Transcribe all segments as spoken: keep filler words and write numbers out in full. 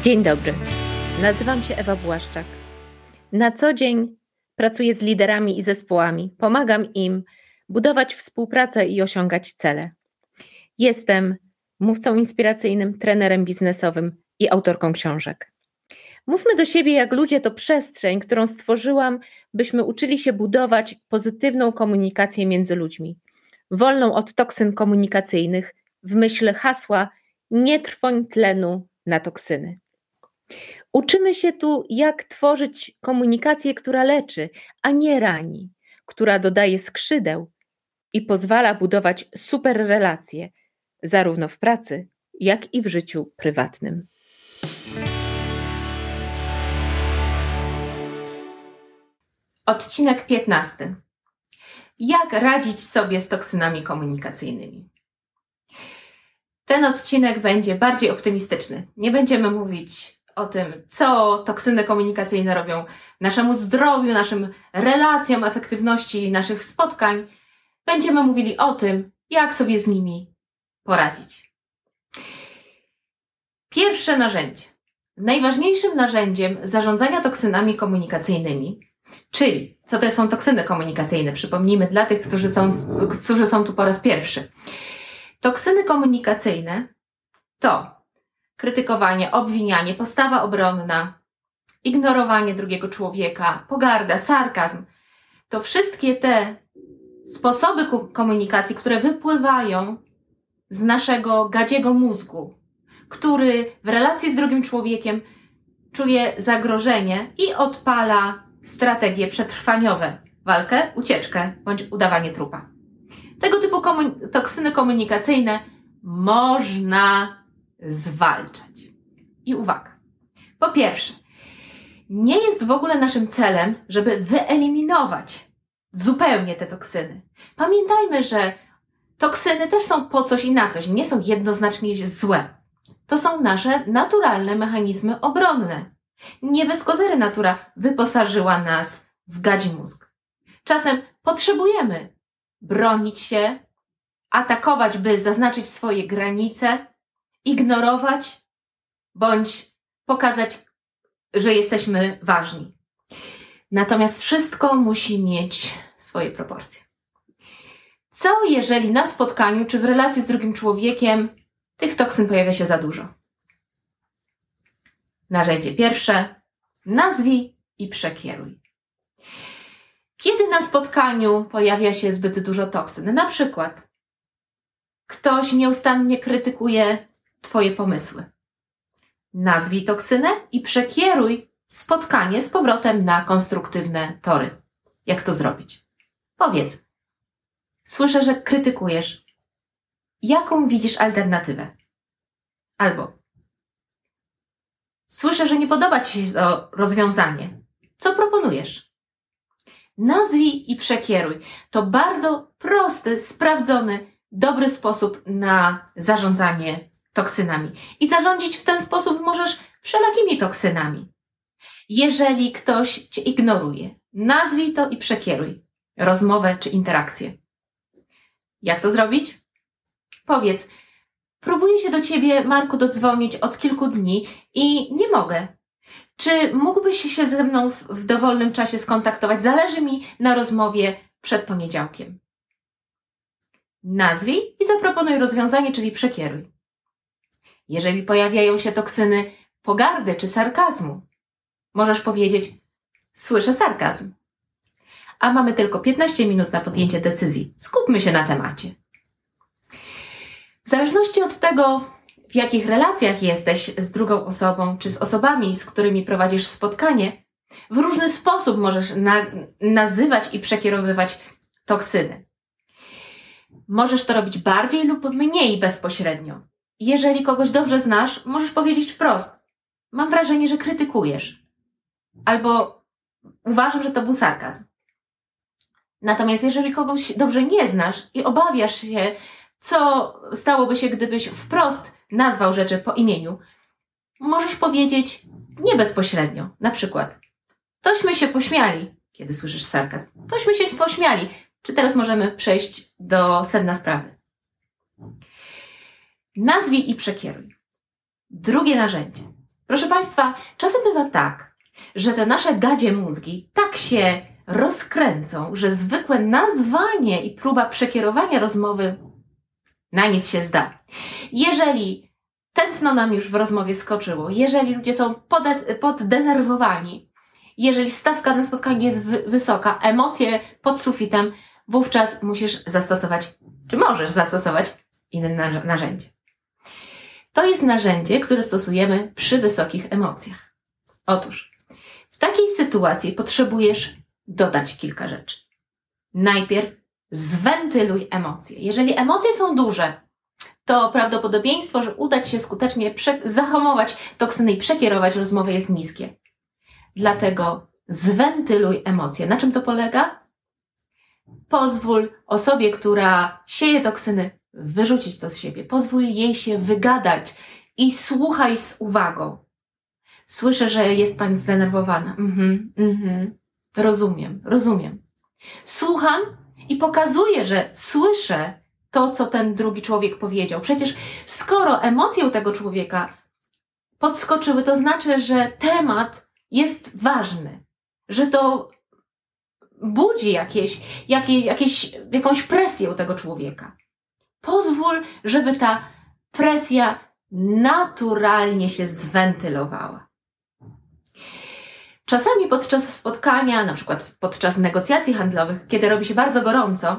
Dzień dobry, nazywam się Ewa Błaszczak. Na co dzień pracuję z liderami i zespołami, pomagam im budować współpracę i osiągać cele. Jestem mówcą inspiracyjnym, trenerem biznesowym i autorką książek. Mówmy do siebie jak ludzie to przestrzeń, którą stworzyłam, byśmy uczyli się budować pozytywną komunikację między ludźmi, wolną od toksyn komunikacyjnych, w myśl hasła nie trwoń tlenu na toksyny. Uczymy się tu, jak tworzyć komunikację, która leczy, a nie rani, która dodaje skrzydeł i pozwala budować super relacje, zarówno w pracy, jak i w życiu prywatnym. Odcinek piętnasty. Jak radzić sobie z toksynami komunikacyjnymi? Ten odcinek będzie bardziej optymistyczny. Nie będziemy mówić o tym, co toksyny komunikacyjne robią naszemu zdrowiu, naszym relacjom, efektywności naszych spotkań. Będziemy mówili o tym, jak sobie z nimi poradzić. Pierwsze narzędzie. Najważniejszym narzędziem zarządzania toksynami komunikacyjnymi, czyli co to są toksyny komunikacyjne, przypomnijmy dla tych, którzy są, którzy są tu po raz pierwszy. Toksyny komunikacyjne to krytykowanie, obwinianie, postawa obronna, ignorowanie drugiego człowieka, pogarda, sarkazm. To wszystkie te sposoby komunikacji, które wypływają z naszego gadziego mózgu, który w relacji z drugim człowiekiem czuje zagrożenie i odpala strategie przetrwaniowe, walkę, ucieczkę bądź udawanie trupa. Tego typu komun- toksyny komunikacyjne można zwalczać. I uwaga. Po pierwsze, nie jest w ogóle naszym celem, żeby wyeliminować zupełnie te toksyny. Pamiętajmy, że toksyny też są po coś i na coś, nie są jednoznacznie złe. To są nasze naturalne mechanizmy obronne. Nie bez kozery natura wyposażyła nas w gadzi mózg. Czasem potrzebujemy bronić się, atakować, by zaznaczyć swoje granice, ignorować bądź pokazać, że jesteśmy ważni. Natomiast wszystko musi mieć swoje proporcje. Co jeżeli na spotkaniu czy w relacji z drugim człowiekiem tych toksyn pojawia się za dużo? Narzędzie pierwsze. Nazwij i przekieruj. Kiedy na spotkaniu pojawia się zbyt dużo toksyn? Na przykład ktoś nieustannie krytykuje Twoje pomysły. Nazwij toksynę i przekieruj spotkanie z powrotem na konstruktywne tory. Jak to zrobić? Powiedz. Słyszę, że krytykujesz. Jaką widzisz alternatywę? Albo słyszę, że nie podoba Ci się to rozwiązanie. Co proponujesz? Nazwij i przekieruj. To bardzo prosty, sprawdzony, dobry sposób na zarządzanie toksynami. I zarządzić w ten sposób możesz wszelakimi toksynami. Jeżeli ktoś Cię ignoruje, nazwij to i przekieruj rozmowę czy interakcję. Jak to zrobić? Powiedz, próbuję się do Ciebie, Marku, dodzwonić od kilku dni i nie mogę. Czy mógłbyś się ze mną w, w dowolnym czasie skontaktować? Zależy mi na rozmowie przed poniedziałkiem. Nazwij i zaproponuj rozwiązanie, czyli przekieruj. Jeżeli pojawiają się toksyny pogardy czy sarkazmu, możesz powiedzieć, słyszę sarkazm. A mamy tylko piętnaście minut na podjęcie decyzji. Skupmy się na temacie. W zależności od tego, w jakich relacjach jesteś z drugą osobą, czy z osobami, z którymi prowadzisz spotkanie, w różny sposób możesz na- nazywać i przekierowywać toksyny. Możesz to robić bardziej lub mniej bezpośrednio. Jeżeli kogoś dobrze znasz, możesz powiedzieć wprost. Mam wrażenie, że krytykujesz. Albo uważam, że to był sarkazm. Natomiast jeżeli kogoś dobrze nie znasz i obawiasz się, co stałoby się, gdybyś wprost nazwał rzeczy po imieniu, możesz powiedzieć nie bezpośrednio. Na przykład, tośmy się pośmiali, kiedy słyszysz sarkazm. Tośmy się pośmiali. Czy teraz możemy przejść do sedna sprawy? Nazwij i przekieruj. Drugie narzędzie. Proszę Państwa, czasem bywa tak, że te nasze gadzie mózgi tak się rozkręcą, że zwykłe nazwanie i próba przekierowania rozmowy na nic się zda. Jeżeli tętno nam już w rozmowie skoczyło, jeżeli ludzie są pode- poddenerwowani, jeżeli stawka na spotkanie jest wy- wysoka, emocje pod sufitem, wówczas musisz zastosować, czy możesz zastosować inne narz- narzędzie. To jest narzędzie, które stosujemy przy wysokich emocjach. Otóż w takiej sytuacji potrzebujesz dodać kilka rzeczy. Najpierw zwentyluj emocje. Jeżeli emocje są duże, to prawdopodobieństwo, że uda Ci się skutecznie prze- zahamować toksyny i przekierować rozmowę jest niskie. Dlatego zwentyluj emocje. Na czym to polega? Pozwól osobie, która sieje toksyny, wyrzucić to z siebie. Pozwól jej się wygadać i słuchaj z uwagą. Słyszę, że jest Pani zdenerwowana. Mhm, mhm. Rozumiem, rozumiem. Słucham i pokazuję, że słyszę to, co ten drugi człowiek powiedział. Przecież skoro emocje u tego człowieka podskoczyły, to znaczy, że temat jest ważny, że to budzi jakieś, jakieś, jakieś, jakąś presję u tego człowieka. Pozwól, żeby ta presja naturalnie się zwentylowała. Czasami podczas spotkania, na przykład podczas negocjacji handlowych, kiedy robi się bardzo gorąco,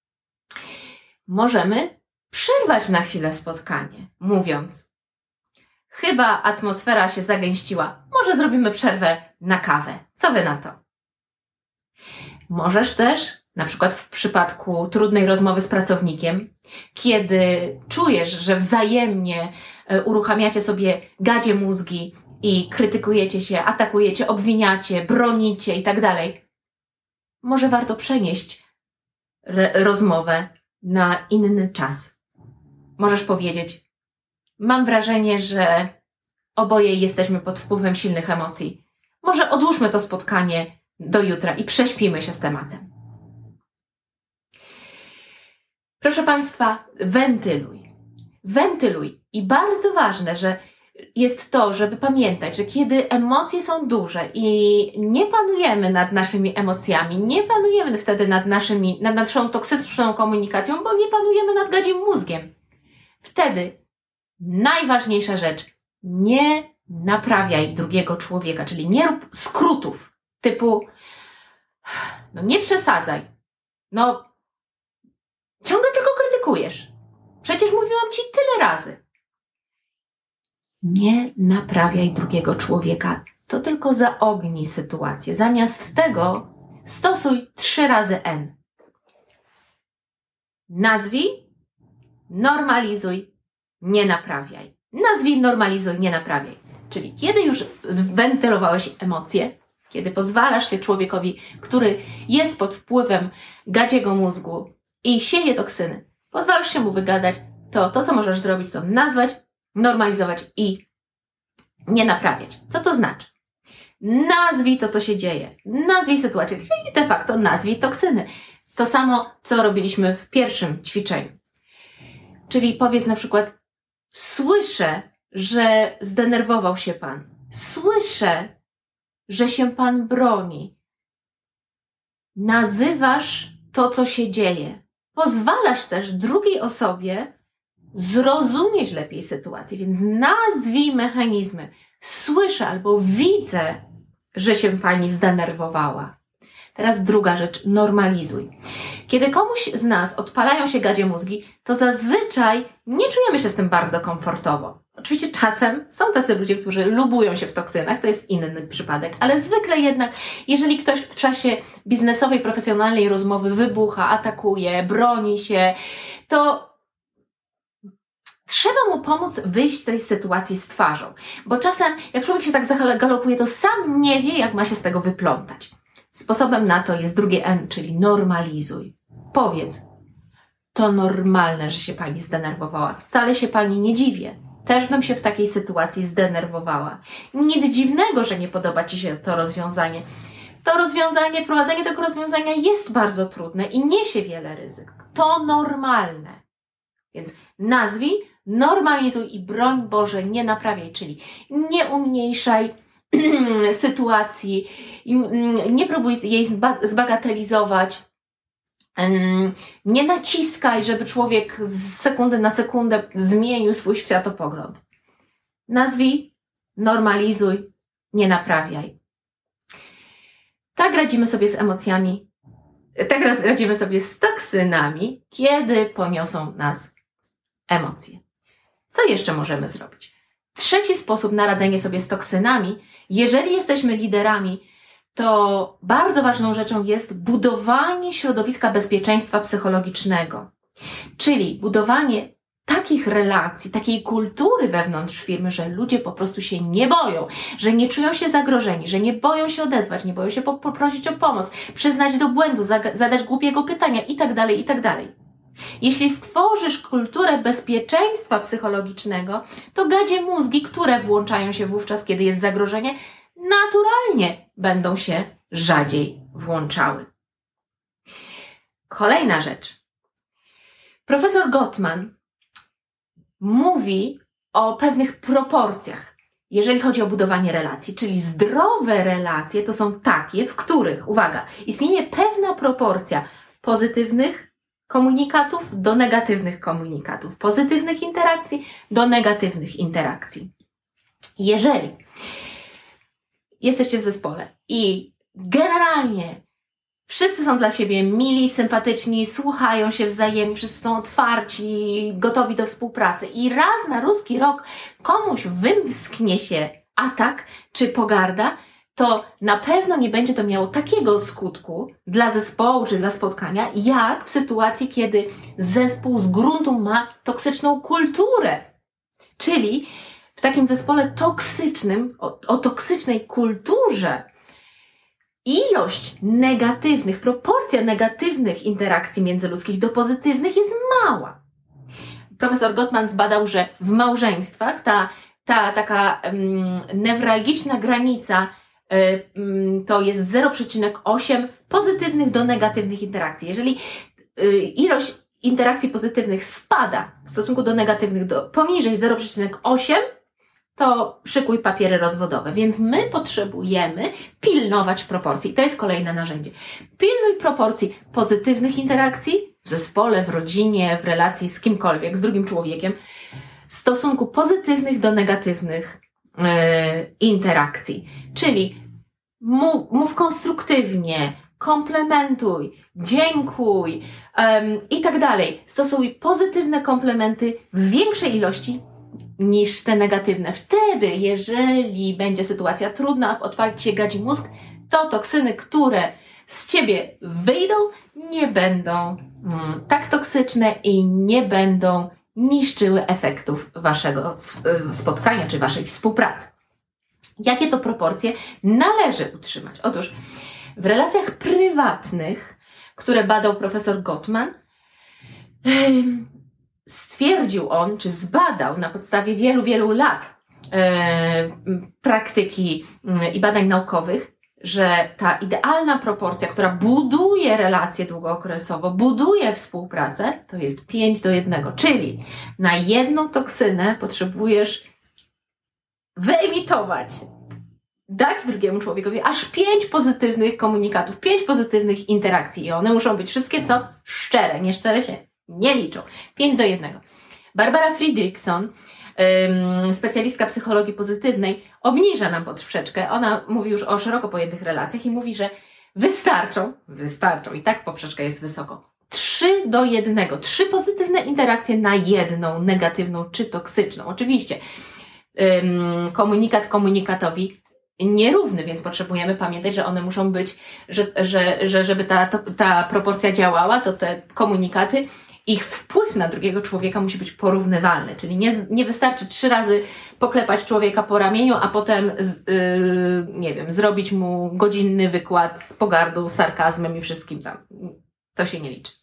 możemy przerwać na chwilę spotkanie, mówiąc: chyba atmosfera się zagęściła, może zrobimy przerwę na kawę. Co Wy na to? Możesz też, na przykład w przypadku trudnej rozmowy z pracownikiem, kiedy czujesz, że wzajemnie uruchamiacie sobie gadzie mózgi i krytykujecie się, atakujecie, obwiniacie, bronicie i tak dalej, może warto przenieść re- rozmowę na inny czas. Możesz powiedzieć: mam wrażenie, że oboje jesteśmy pod wpływem silnych emocji. Może odłóżmy to spotkanie do jutra i prześpimy się z tematem. Proszę Państwa, wentyluj. Wentyluj. I bardzo ważne, że jest to, żeby pamiętać, że kiedy emocje są duże i nie panujemy nad naszymi emocjami, nie panujemy wtedy nad, naszymi, nad naszą toksyczną komunikacją, bo nie panujemy nad gadzim mózgiem. Wtedy najważniejsza rzecz, nie naprawiaj drugiego człowieka, czyli nie rób skrótów typu: no nie przesadzaj, no ciągle tylko krytykujesz, przecież mówiłam Ci tyle razy. Nie naprawiaj drugiego człowieka, to tylko zaogni sytuację. Zamiast tego stosuj trzy razy N. Nazwij, normalizuj, nie naprawiaj. Nazwij, normalizuj, nie naprawiaj. Czyli kiedy już zwentylowałeś emocje, kiedy pozwalasz się człowiekowi, który jest pod wpływem gadziego mózgu i sieje toksyny, pozwalasz się mu wygadać, to to, co możesz zrobić, to nazwać, normalizować i nie naprawiać. Co to znaczy? Nazwij to, co się dzieje. Nazwij sytuację, czyli de facto nazwij toksyny. To samo, co robiliśmy w pierwszym ćwiczeniu. Czyli powiedz na przykład: słyszę, że zdenerwował się Pan. Słyszę, że się Pan broni. Nazywasz to, co się dzieje. Pozwalasz też drugiej osobie zrozumieć lepiej sytuację, więc nazwij mechanizmy. Słyszę albo widzę, że się Pani zdenerwowała. Teraz druga rzecz, normalizuj. Kiedy komuś z nas odpalają się gadzie mózgi, to zazwyczaj nie czujemy się z tym bardzo komfortowo. Oczywiście czasem są tacy ludzie, którzy lubują się w toksynach, to jest inny przypadek, ale zwykle jednak, jeżeli ktoś w czasie biznesowej, profesjonalnej rozmowy wybucha, atakuje, broni się, to trzeba mu pomóc wyjść z tej sytuacji z twarzą. Bo czasem, jak człowiek się tak zagalopuje, to sam nie wie, jak ma się z tego wyplątać. Sposobem na to jest drugie N, czyli normalizuj. Powiedz: to normalne, że się Pani zdenerwowała. Wcale się Pani nie dziwię. Też bym się w takiej sytuacji zdenerwowała. Nic dziwnego, że nie podoba Ci się to rozwiązanie. To rozwiązanie, wprowadzenie tego rozwiązania jest bardzo trudne i niesie wiele ryzyk. To normalne. Więc nazwij, normalizuj i broń Boże nie naprawiaj, czyli nie umniejszaj sytuacji, nie próbuj jej zbagatelizować, nie naciskaj, żeby człowiek z sekundy na sekundę zmienił swój światopogląd. Nazwij, normalizuj, nie naprawiaj. Tak radzimy sobie z emocjami, tak radzimy sobie z toksynami, kiedy poniosą nas emocje. Co jeszcze możemy zrobić? Trzeci sposób na radzenie sobie z toksynami, jeżeli jesteśmy liderami, to bardzo ważną rzeczą jest budowanie środowiska bezpieczeństwa psychologicznego. Czyli budowanie takich relacji, takiej kultury wewnątrz firmy, że ludzie po prostu się nie boją, że nie czują się zagrożeni, że nie boją się odezwać, nie boją się poprosić o pomoc, przyznać do błędu, zadać głupiego pytania itd., itd. Jeśli stworzysz kulturę bezpieczeństwa psychologicznego, to gadzie mózgi, które włączają się wówczas, kiedy jest zagrożenie, naturalnie będą się rzadziej włączały. Kolejna rzecz. Profesor Gottman mówi o pewnych proporcjach, jeżeli chodzi o budowanie relacji, czyli zdrowe relacje to są takie, w których, uwaga, istnieje pewna proporcja pozytywnych komunikatów do negatywnych komunikatów, pozytywnych interakcji do negatywnych interakcji. Jeżeli jesteście w zespole i generalnie wszyscy są dla siebie mili, sympatyczni, słuchają się wzajemnie, wszyscy są otwarci, gotowi do współpracy i raz na ruski rok komuś wymsknie się atak czy pogarda, to na pewno nie będzie to miało takiego skutku dla zespołu czy dla spotkania, jak w sytuacji, kiedy zespół z gruntu ma toksyczną kulturę. Czyli w takim zespole toksycznym, o, o toksycznej kulturze, ilość negatywnych, proporcja negatywnych interakcji międzyludzkich do pozytywnych jest mała. Profesor Gottman zbadał, że w małżeństwach ta, ta taka um, newralgiczna granica y, to jest zero przecinek osiem pozytywnych do negatywnych interakcji. Jeżeli y, ilość interakcji pozytywnych spada w stosunku do negatywnych do poniżej zero przecinek osiem, to szykuj papiery rozwodowe. Więc my potrzebujemy pilnować proporcji. To jest kolejne narzędzie. Pilnuj proporcji pozytywnych interakcji w zespole, w rodzinie, w relacji z kimkolwiek, z drugim człowiekiem, w stosunku pozytywnych do negatywnych yy, interakcji. Czyli mów, mów konstruktywnie, komplementuj, dziękuj um, i tak dalej. Stosuj pozytywne komplementy w większej ilości niż te negatywne. Wtedy, jeżeli będzie sytuacja trudna, odpalić się gadzi mózg, to toksyny, które z ciebie wyjdą, nie będą mm, tak toksyczne i nie będą niszczyły efektów waszego spotkania czy waszej współpracy. Jakie to proporcje należy utrzymać? Otóż w relacjach prywatnych, które badał profesor Gottman, yy, stwierdził on, czy zbadał na podstawie wielu, wielu lat e, praktyki e, i badań naukowych, że ta idealna proporcja, która buduje relacje długookresowo, buduje współpracę, to jest pięć do jednego. Czyli na jedną toksynę potrzebujesz wyemitować, dać drugiemu człowiekowi aż pięć pozytywnych komunikatów, pięć pozytywnych interakcji i one muszą być wszystkie co? Szczere, nieszczere się nie liczą. pięć do jednego. Barbara Fredrickson, ym, specjalistka psychologii pozytywnej, obniża nam poprzeczkę. Ona mówi już o szeroko pojętych relacjach i mówi, że wystarczą, wystarczą i tak poprzeczka jest wysoko, trzy do jednego. Trzy pozytywne interakcje na jedną negatywną czy toksyczną. Oczywiście ym, komunikat komunikatowi nierówny, więc potrzebujemy pamiętać, że one muszą być, że, że, że żeby ta, to, ta proporcja działała, to te komunikaty, ich wpływ na drugiego człowieka musi być porównywalny, czyli nie, nie wystarczy trzy razy poklepać człowieka po ramieniu, a potem z, yy, nie wiem, zrobić mu godzinny wykład z pogardą, z sarkazmem i wszystkim tam. To się nie liczy.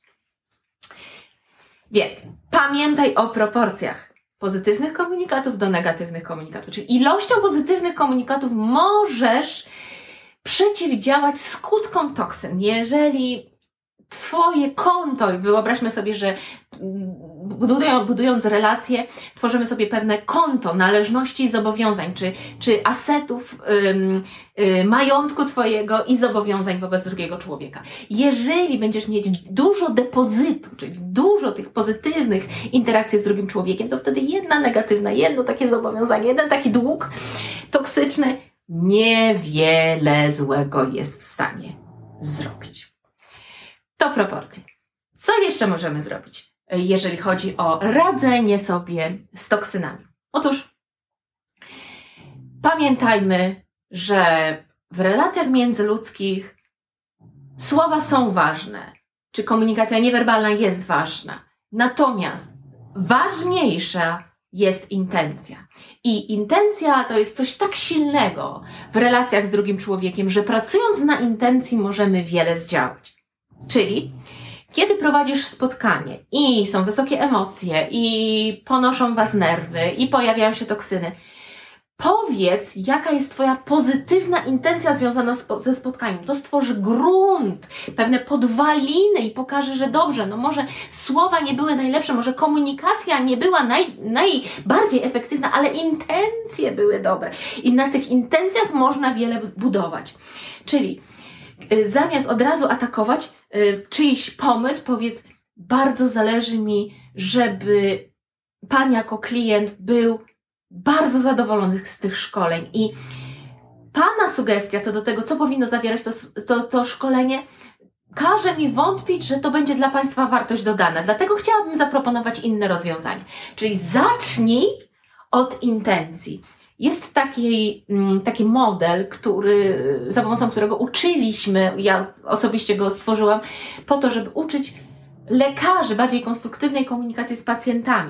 Więc pamiętaj o proporcjach pozytywnych komunikatów do negatywnych komunikatów. Czyli ilością pozytywnych komunikatów możesz przeciwdziałać skutkom toksyn. Jeżeli twoje konto, i wyobraźmy sobie, że budują, budując relacje, tworzymy sobie pewne konto należności i zobowiązań, czy, czy asetów, ym, y, majątku Twojego i zobowiązań wobec drugiego człowieka. Jeżeli będziesz mieć dużo depozytu, czyli dużo tych pozytywnych interakcji z drugim człowiekiem, to wtedy jedna negatywna, jedno takie zobowiązanie, jeden taki dług toksyczny niewiele złego jest w stanie zrobić. To proporcje. Co jeszcze możemy zrobić, jeżeli chodzi o radzenie sobie z toksynami? Otóż pamiętajmy, że w relacjach międzyludzkich słowa są ważne, czy komunikacja niewerbalna jest ważna, natomiast ważniejsza jest intencja. I intencja to jest coś tak silnego w relacjach z drugim człowiekiem, że pracując na intencji możemy wiele zdziałać. Czyli kiedy prowadzisz spotkanie i są wysokie emocje i ponoszą Was nerwy i pojawiają się toksyny, powiedz, jaka jest Twoja pozytywna intencja związana ze spotkaniem. To stworzy grunt, pewne podwaliny i pokaże, że dobrze, no może słowa nie były najlepsze, może komunikacja nie była naj, najbardziej efektywna, ale intencje były dobre. I na tych intencjach można wiele budować. Czyli y, zamiast od razu atakować y, czyjś pomysł, powiedz, bardzo zależy mi, żeby Pan jako klient był bardzo zadowolony z tych szkoleń i Pana sugestia co do tego, co powinno zawierać to, to, to szkolenie, każe mi wątpić, że to będzie dla Państwa wartość dodana. Dlatego chciałabym zaproponować inne rozwiązanie. Czyli zacznij od intencji. Jest taki, taki model, który, za pomocą którego uczyliśmy, ja osobiście go stworzyłam, po to, żeby uczyć lekarzy bardziej konstruktywnej komunikacji z pacjentami.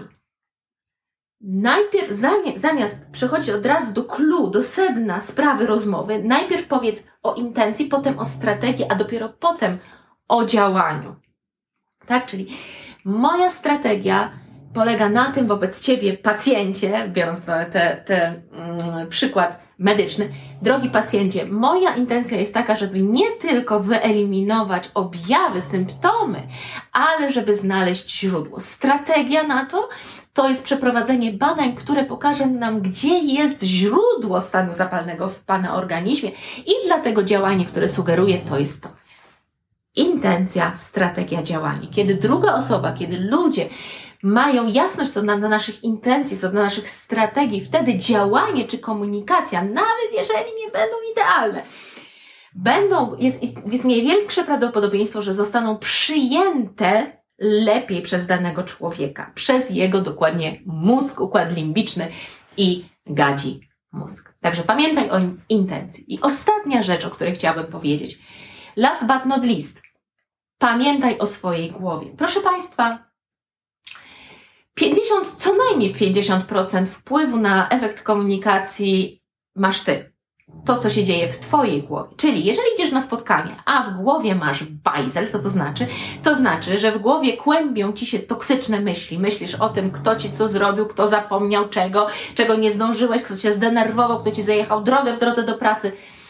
Najpierw, zamiast przechodzić od razu do clou, do sedna sprawy rozmowy, najpierw powiedz o intencji, potem o strategii, a dopiero potem o działaniu. Tak, czyli moja strategia polega na tym wobec Ciebie, pacjencie, biorąc ten te, te, mm, przykład medyczny, drogi pacjencie, moja intencja jest taka, żeby nie tylko wyeliminować objawy, symptomy, ale żeby znaleźć źródło. Strategia na to to jest przeprowadzenie badań, które pokażą nam, gdzie jest źródło stanu zapalnego w Pana organizmie i dlatego działanie, które sugeruję, to jest to. Intencja, strategia, działanie. Kiedy druga osoba, kiedy ludzie mają jasność co do naszych intencji, co do naszych strategii, wtedy działanie czy komunikacja, nawet jeżeli nie będą idealne, będą, jest, jest największe prawdopodobieństwo, że zostaną przyjęte lepiej przez danego człowieka, przez jego dokładnie mózg, układ limbiczny i gadzi mózg. Także pamiętaj o intencji. I ostatnia rzecz, o której chciałabym powiedzieć. Last but not least. Pamiętaj o swojej głowie. Proszę Państwa, pięćdziesiąt, co najmniej pięćdziesiąt procent wpływu na efekt komunikacji masz Ty. To, co się dzieje w Twojej głowie. Czyli jeżeli idziesz na spotkanie, a w głowie masz bajzel, co to znaczy? To znaczy, że w głowie kłębią Ci się toksyczne myśli. Myślisz o tym, kto Ci co zrobił, kto zapomniał czego, czego nie zdążyłeś, kto Cię zdenerwował, kto Ci zajechał drogę w drodze do pracy.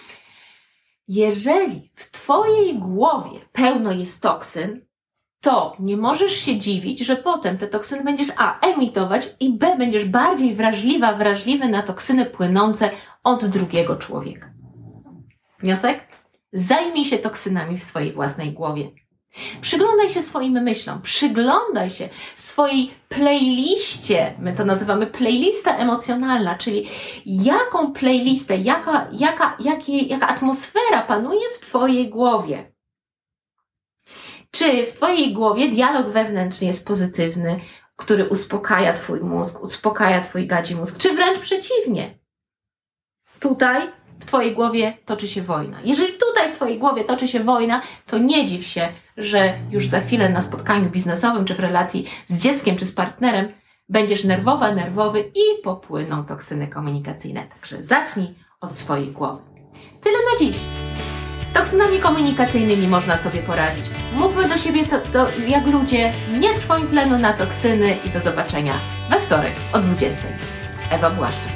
Jeżeli w Twojej głowie pełno jest toksyn, to nie możesz się dziwić, że potem te toksyny będziesz a. emitować i b. będziesz bardziej wrażliwa, wrażliwy na toksyny płynące od drugiego człowieka. Wniosek? Zajmij się toksynami w swojej własnej głowie. Przyglądaj się swoim myślom, przyglądaj się swojej playliście, my to nazywamy playlista emocjonalna, czyli jaką playlistę, jaka, jaka, jakie, jaka atmosfera panuje w Twojej głowie. Czy w Twojej głowie dialog wewnętrzny jest pozytywny, który uspokaja Twój mózg, uspokaja Twój gadzi mózg, czy wręcz przeciwnie? Tutaj w Twojej głowie toczy się wojna. Jeżeli tutaj w Twojej głowie toczy się wojna, to nie dziw się, że już za chwilę na spotkaniu biznesowym, czy w relacji z dzieckiem, czy z partnerem będziesz nerwowa, nerwowy i popłyną toksyny komunikacyjne. Także zacznij od swojej głowy. Tyle na dziś. Z toksynami komunikacyjnymi można sobie poradzić. Mówmy do siebie to, to jak ludzie, nie trwąj tlenu na toksyny i do zobaczenia we wtorek o dwudziestej. Ewa Błaszczyk.